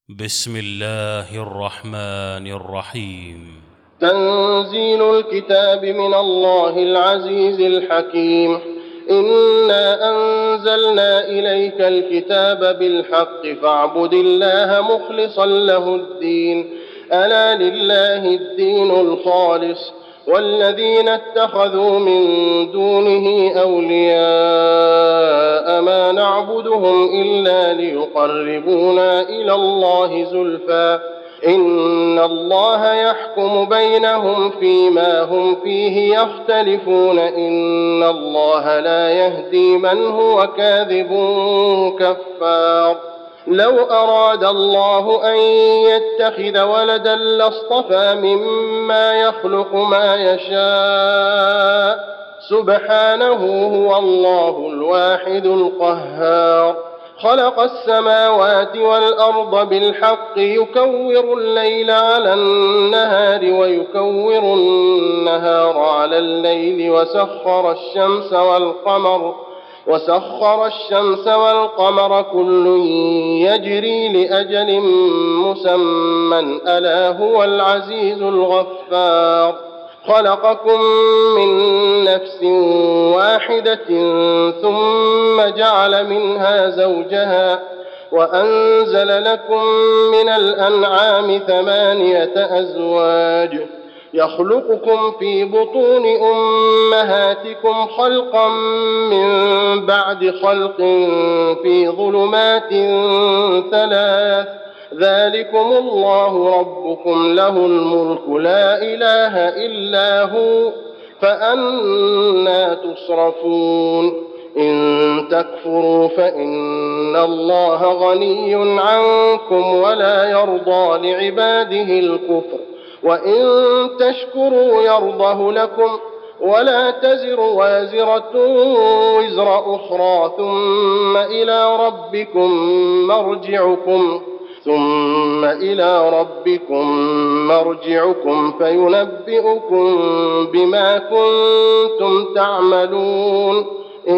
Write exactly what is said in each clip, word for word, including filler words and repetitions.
بسم الله الرحمن الرحيم. تنزيل الكتاب من الله العزيز الحكيم. إنا أنزلنا إليك الكتاب بالحق فاعبد الله مخلصا له الدين. ألا لله الدين الخالص والذين اتخذوا من دونه أولياء ما نعبدهم إلا ليقربونا إلى الله زلفى إن الله يحكم بينهم فيما هم فيه يختلفون إن الله لا يهدي من هو كاذب كفار. لو أراد الله أن يتخذ ولدا لاصطفى مما يخلق ما يشاء سبحانه هو الله الواحد القهار. خلق السماوات والأرض بالحق يكور الليل على النهار ويكور النهار على الليل وسخر الشمس والقمر وسخر الشمس والقمر كل يجري لأجل مسمى ألا هو العزيز الغفار. خلقكم من نفس واحدة ثم جعل منها زوجها وأنزل لكم من الأنعام ثمانية أزواج يخلقكم في بطون أمهاتكم خلقا من بعد خلق في ظلمات ثلاث ذلكم الله ربكم له الملك لا إله إلا هو فأنى تصرفون. إن تكفروا فإن الله غني عنكم ولا يرضى لعباده الكفر وإن تشكروا يرضه لكم ولا تزر وازرة وزر أخرى ثم إلى ربكم مرجعكم ثم إلى ربكم مرجعكم فينبئكم بما كنتم تعملون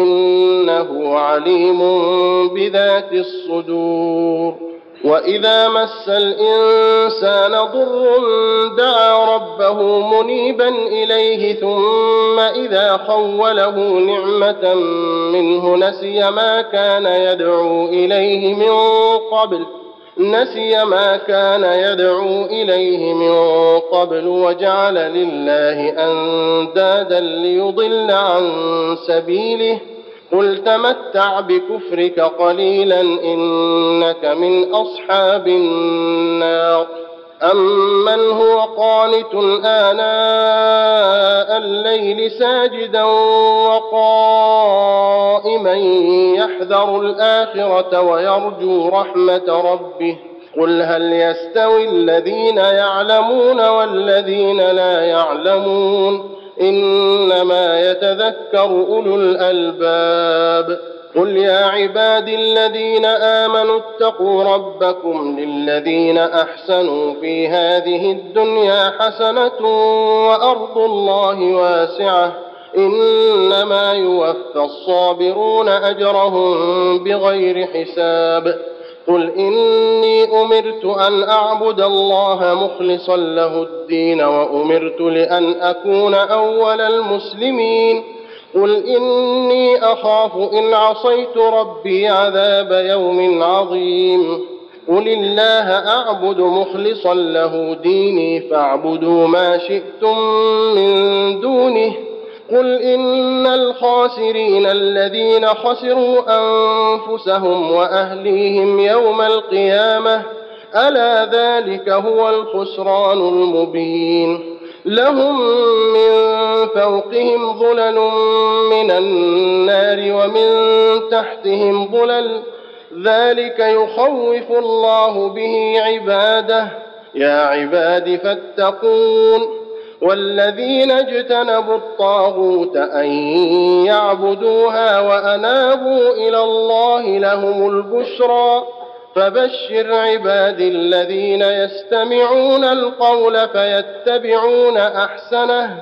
إنه عليم بذات الصدور. وإذا مس الإنسان ضر دعا ربه منيبا إليه ثم إذا خوله نعمة منه نسي ما كان يدعو إليه من قبل نسي ما كان يدعو إليه من قبل وجعل لله أندادا ليضل عن سبيله قل تمتع بكفرك قليلا إنك من أصحاب النار. أمن هو قانت آناء الليل ساجدا وقائما يحذر الآخرة ويرجو رحمة ربه قل هل يستوي الذين يعلمون والذين لا يعلمون إنما يتذكر أولو الألباب. قل يا عبادي الذين آمنوا اتقوا ربكم للذين أحسنوا في هذه الدنيا حسنة وأرض الله واسعة إنما يوفى الصابرون أجرهم بغير حساب. قل إني أمرت أن أعبد الله مخلصا له الدين وأمرت لأن أكون أول المسلمين. قل إني أخاف إن عصيت ربي عذاب يوم عظيم. قل الله أعبد مخلصا له ديني فاعبدوا ما شئتم من دونه. قل إن الخاسرين الذين خسروا أنفسهم وأهليهم يوم القيامة ألا ذلك هو الخسران المبين. لهم من فوقهم ظلل من النار ومن تحتهم ظلل ذلك يخوف الله به عباده يا عباد فاتقون. والذين اجتنبوا الطاغوت أن يعبدوها وأنابوا إلى الله لهم البشرى فبشر عبادي الذين يستمعون القول فيتبعون أحسنه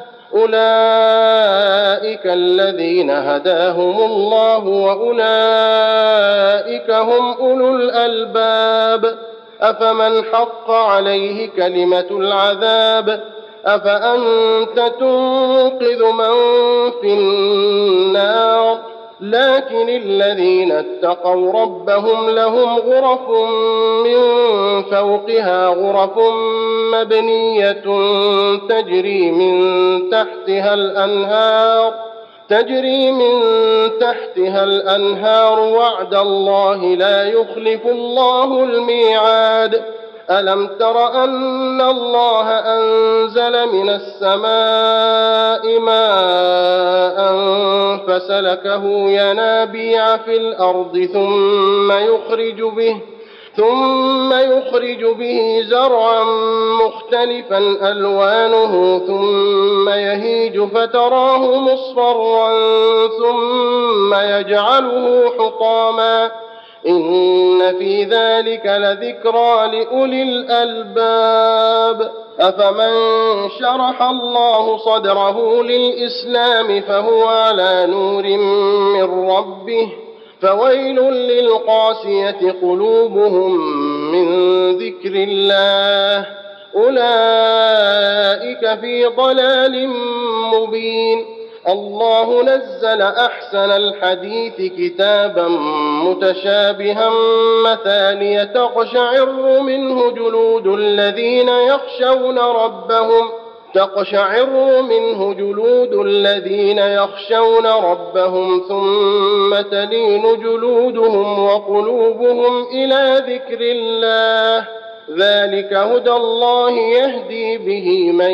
أولئك الذين هداهم الله وأولئك هم أولو الألباب. أفمن حق عليه كلمة العذاب أفأنت تنقذ من في النار لكن الذين اتقوا ربهم لهم غرف من فوقها غرف مبنية تجري من تحتها الأنهار تجري من تحتها الأنهار وعد الله لا يخلف الله الميعاد ألم تر أن الله أنزل من السماء ماء فسلكه ينابيع في الأرض ثم يخرج به ثم يخرج به زرعا مختلفا ألوانه ثم يهيج فتراه مصفرا ثم يجعله حطاما إن في ذلك لذكرى لأولي الألباب أفمن شرح الله صدره للإسلام فهو على نور من ربه فويل للقاسية قلوبهم من ذكر الله أولئك في ضلال مبين الله نزل أحسن الحديث كتابا متشابها مثانية تقشعر منه جلود الذين يخشون ربهم تقشعر منه جلود الذين يخشون ربهم ثم تلين جلودهم وقلوبهم إلى ذكر الله ذلك هدى الله يهدي به من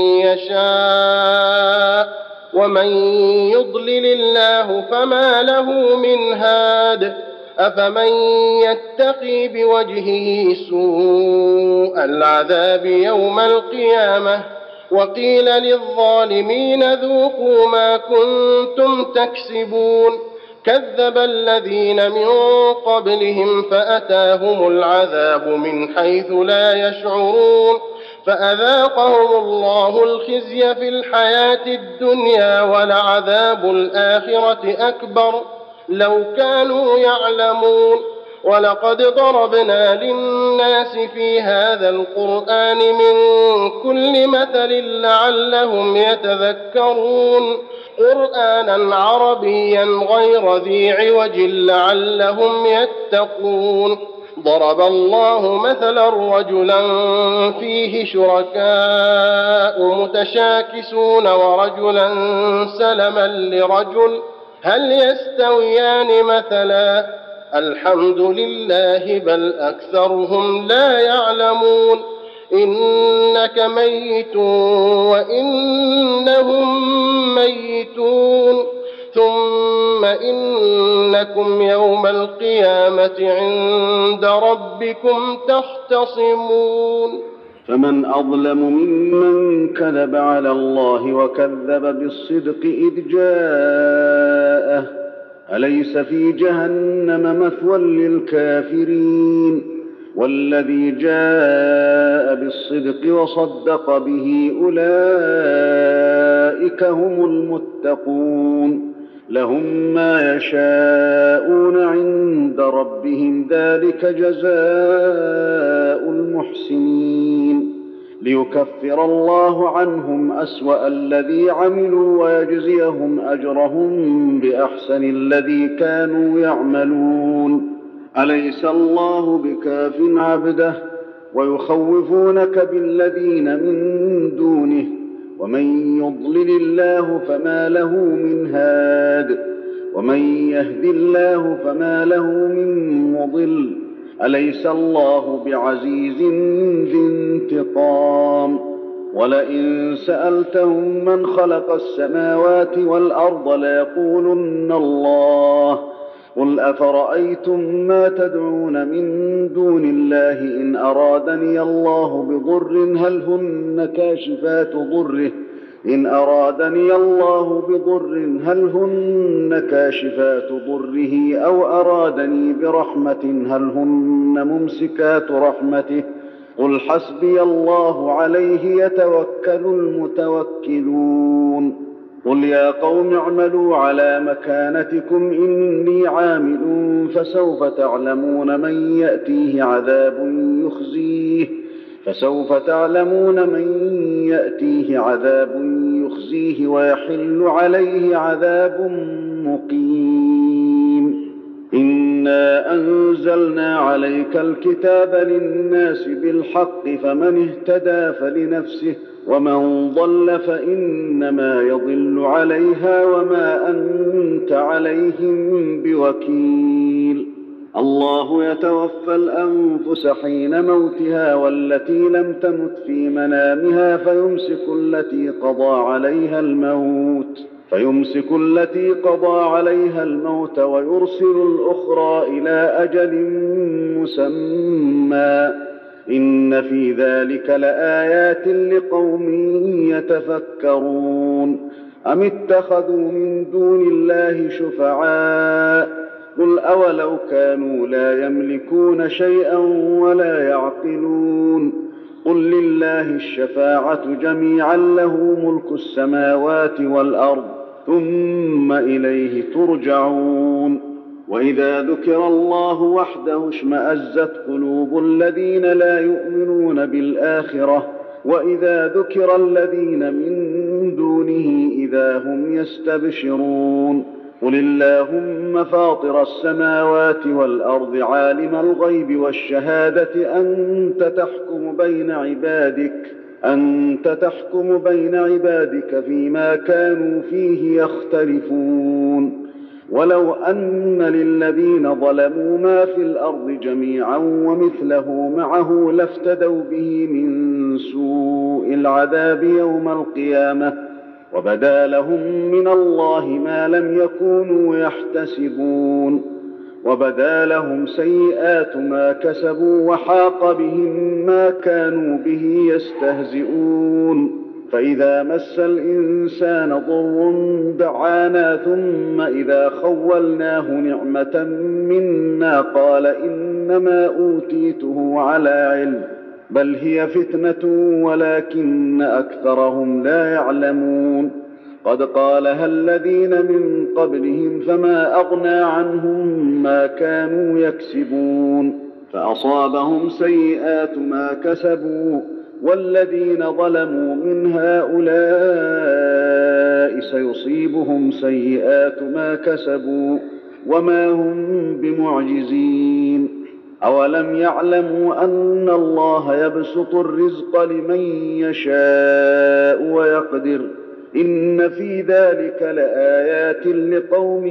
يشاء ومن يضلل الله فما له من هاد أفمن يتقي بوجهه سوء العذاب يوم القيامة وقيل للظالمين ذوقوا ما كنتم تكسبون كذب الذين من قبلهم فأتاهم العذاب من حيث لا يشعرون فأذاقهم الله الخزي في الحياة الدنيا ولعذاب الآخرة أكبر لو كانوا يعلمون ولقد ضربنا للناس في هذا القرآن من كل مثل لعلهم يتذكرون قرآنا عربيا غير ذي عوج لعلهم يتقون ضرب الله مثلا رجلا فيه شركاء متشاكسون ورجلا سلما لرجل هل يستويان مثلا الحمد لله بل أكثرهم لا يعلمون إنك ميت وإنهم ميتون ثم إنكم يوم القيامة عند ربكم تختصمون فمن أظلم ممن كذب على الله وكذب بالصدق إذ جاءه أليس في جهنم مثوى للكافرين والذي جاء بالصدق وصدق به أولئك هم المتقون لهم ما يشاءون عند ربهم ذلك جزاء المحسنين ليكفر الله عنهم أسوأ الذي عملوا ويجزيهم أجرهم بأحسن الذي كانوا يعملون أليس الله بكاف عبده ويخوفونك بالذين من دونه ومن يضلل الله فما له من هاد ومن يهد الله فما له من مضل أليس الله بعزيز ذي انتقام ولئن سألتهم من خلق السماوات والأرض ليقولن الله قل أفرأيتم ما تدعون من دون الله إن أرادني الله بضر هل هن كاشفات ضره إن أرادني الله بضر هل هن كاشفات ضره أو أرادني برحمة هل هن ممسكات رحمته قل حسبي الله عليه يتوكل المتوكلون قل يا قوم اعملوا على مكانتكم إني عامل فسوف تعلمون من يأتيه عذاب يخزيه فسوف تعلمون من يأتيه عذاب يخزيه ويحل عليه عذاب مقيم. إنا أنزلنا عليك الكتاب للناس بالحق فمن اهتدى فلنفسه ومن ضل فإنما يضل عليها وما أنت عليهم بوكيل. الله يتوفى الأنفس حين موتها والتي لم تمت في منامها فيمسك التي قضى عليها الموت فيمسك التي قضى عليها الموت ويرسل الأخرى إلى أجل مسمى إن في ذلك لآيات لقوم يتفكرون. أم اتخذوا من دون الله شفعاء قل أولو كانوا لا يملكون شيئا ولا يعقلون قل لله الشفاعة جميعا له ملك السماوات والأرض ثم إليه ترجعون. وإذا ذكر الله وحده اشمأزت قلوب الذين لا يؤمنون بالآخرة وإذا ذكر الذين من دونه إذا هم يستبشرون. قل اللهم فاطر السماوات والأرض عالم الغيب والشهادة أنت تحكم بين عبادك أنت تحكم بين عبادك فيما كانوا فيه يختلفون. ولو أن للذين ظلموا ما في الأرض جميعا ومثله معه لافتدوا به من سوء العذاب يوم القيامة وبدا لهم من الله ما لم يكونوا يحتسبون وبدا لهم سيئات ما كسبوا وحاق بهم ما كانوا به يستهزئون. فإذا مس الإنسان ضر دعانا ثم إذا خولناه نعمة منا قال إنما أوتيته على علم بل هي فتنة ولكن أكثرهم لا يعلمون. قد قالها الذين من قبلهم فما أغنى عنهم ما كانوا يكسبون فأصابهم سيئات ما كسبوا والذين ظلموا من هؤلاء سيصيبهم سيئات ما كسبوا وما هم بمعجزين. أولم يعلموا أن الله يبسط الرزق لمن يشاء ويقدر إن في ذلك لآيات لقوم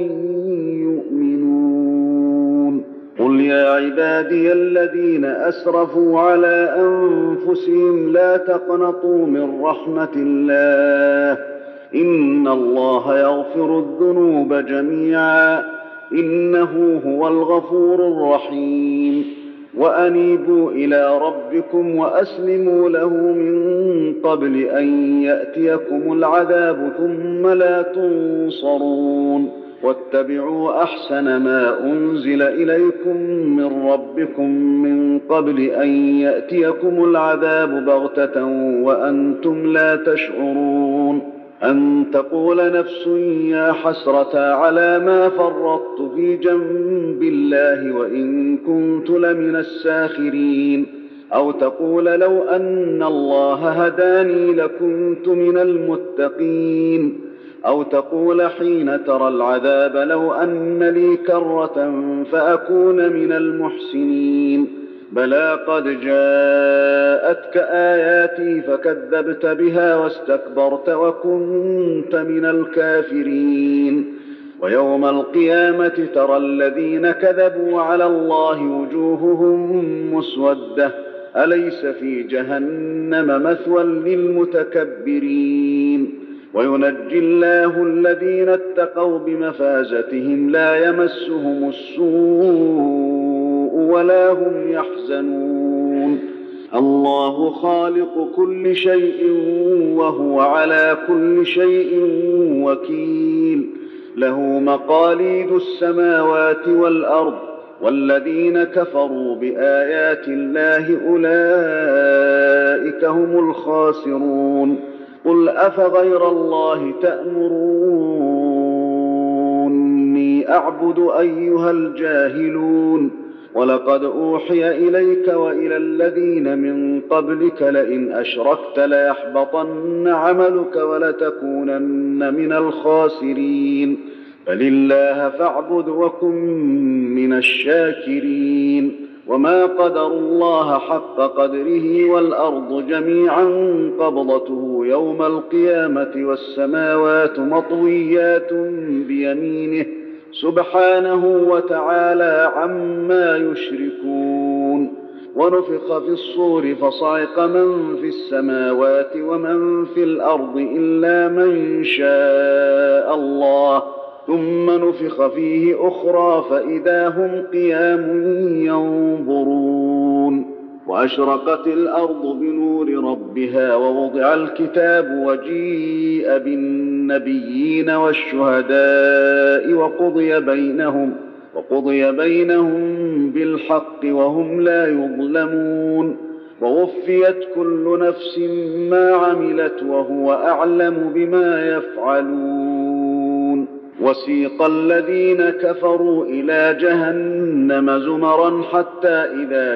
يؤمنون. قل يا عبادي الذين أسرفوا على أنفسهم لا تقنطوا من رحمة الله إن الله يغفر الذنوب جميعا إنه هو الغفور الرحيم. وأنيبوا إلى ربكم وأسلموا له من قبل أن يأتيكم العذاب ثم لا تنصرون. واتبعوا أحسن ما أنزل إليكم من ربكم من قبل أن يأتيكم العذاب بغتة وأنتم لا تشعرون. أن تقول نفس يا حسرة على ما فرطت في جنب الله وإن كنت لمن الساخرين أو تقول لو أن الله هداني لكنت من المتقين أو تقول حين ترى العذاب لو أن لي كرة فأكون من المحسنين. بلى قد جاءتك آياتي فكذبت بها واستكبرت وكنت من الكافرين. ويوم القيامة ترى الذين كذبوا على الله وجوههم مسودة أليس في جهنم مثوى للمتكبرين. وينجي الله الذين اتقوا بمفازتهم لا يمسهم السوء ولا هم يحزنون. الله خالق كل شيء وهو على كل شيء وكيل. له مقاليد السماوات والأرض والذين كفروا بآيات الله أولئك هم الخاسرون. قل أفغير الله تأمروني أعبد أيها الجاهلون ولقد أوحي إليك وإلى الذين من قبلك لئن أشركت ليحبطن عملك ولتكونن من الخاسرين فلله فاعبد وكن من الشاكرين وما قدروا الله حق قدره والأرض جميعا قبضته يوم القيامة والسماوات مطويات بيمينه سبحانه وتعالى عما يشركون ونفخ في الصور فصعق من في السماوات ومن في الأرض إلا من شاء الله ثم نفخ فيه أخرى فإذا هم قيام ينظرون وأشرقت الأرض بنور ربها ووضع الكتاب وجيء بالنبيين والشهداء وقضي بينهم وقضي بينهم بالحق وهم لا يظلمون ووفيت كل نفس ما عملت وهو أعلم بما يفعلون وسيق الذين كفروا إلى جهنم زمرا حتى إذا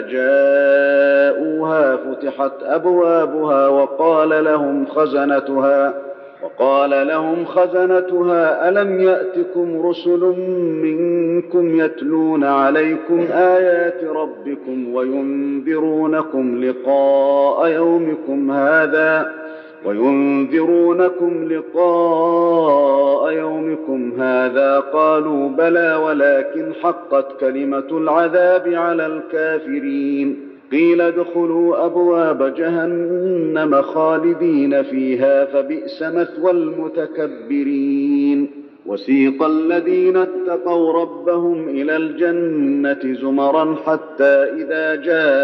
جاءوها فتحت أبوابها وقال لهم خزنتها وقال لهم خزنتها ألم يأتكم رسل منكم يتلون عليكم آيات ربكم وينذرونكم لقاء يومكم هذا وينذرونكم لقاء يومكم هذا قالوا بلى ولكن حقت كلمة العذاب على الكافرين قيل ادخلوا أبواب جهنم خالدين فيها فبئس مثوى المتكبرين وسيق الذين اتقوا ربهم إلى الجنة زمرا حتى إذا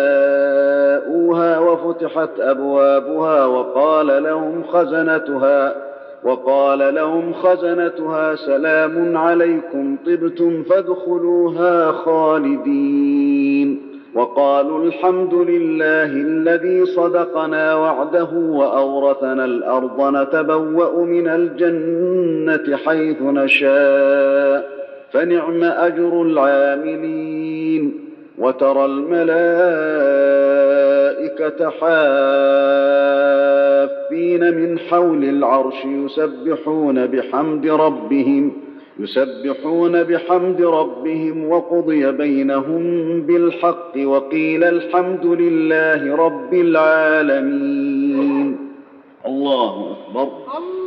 جاءوها وفتحت أبوابها وقال لهم خزنتها وقال لهم خزنتها سلام عليكم طبتم فادخلوها خالدين وقالوا الحمد لله الذي صدقنا وعده وأورثنا الأرض نتبوأ من الجنة حيث نشاء فنعم أجر العاملين وترى الملائكة حافين من حول العرش يسبحون بحمد ربهم يسبحون بحمد ربهم وقضي بينهم بالحق وقيل الحمد لله رب العالمين الله أكبر.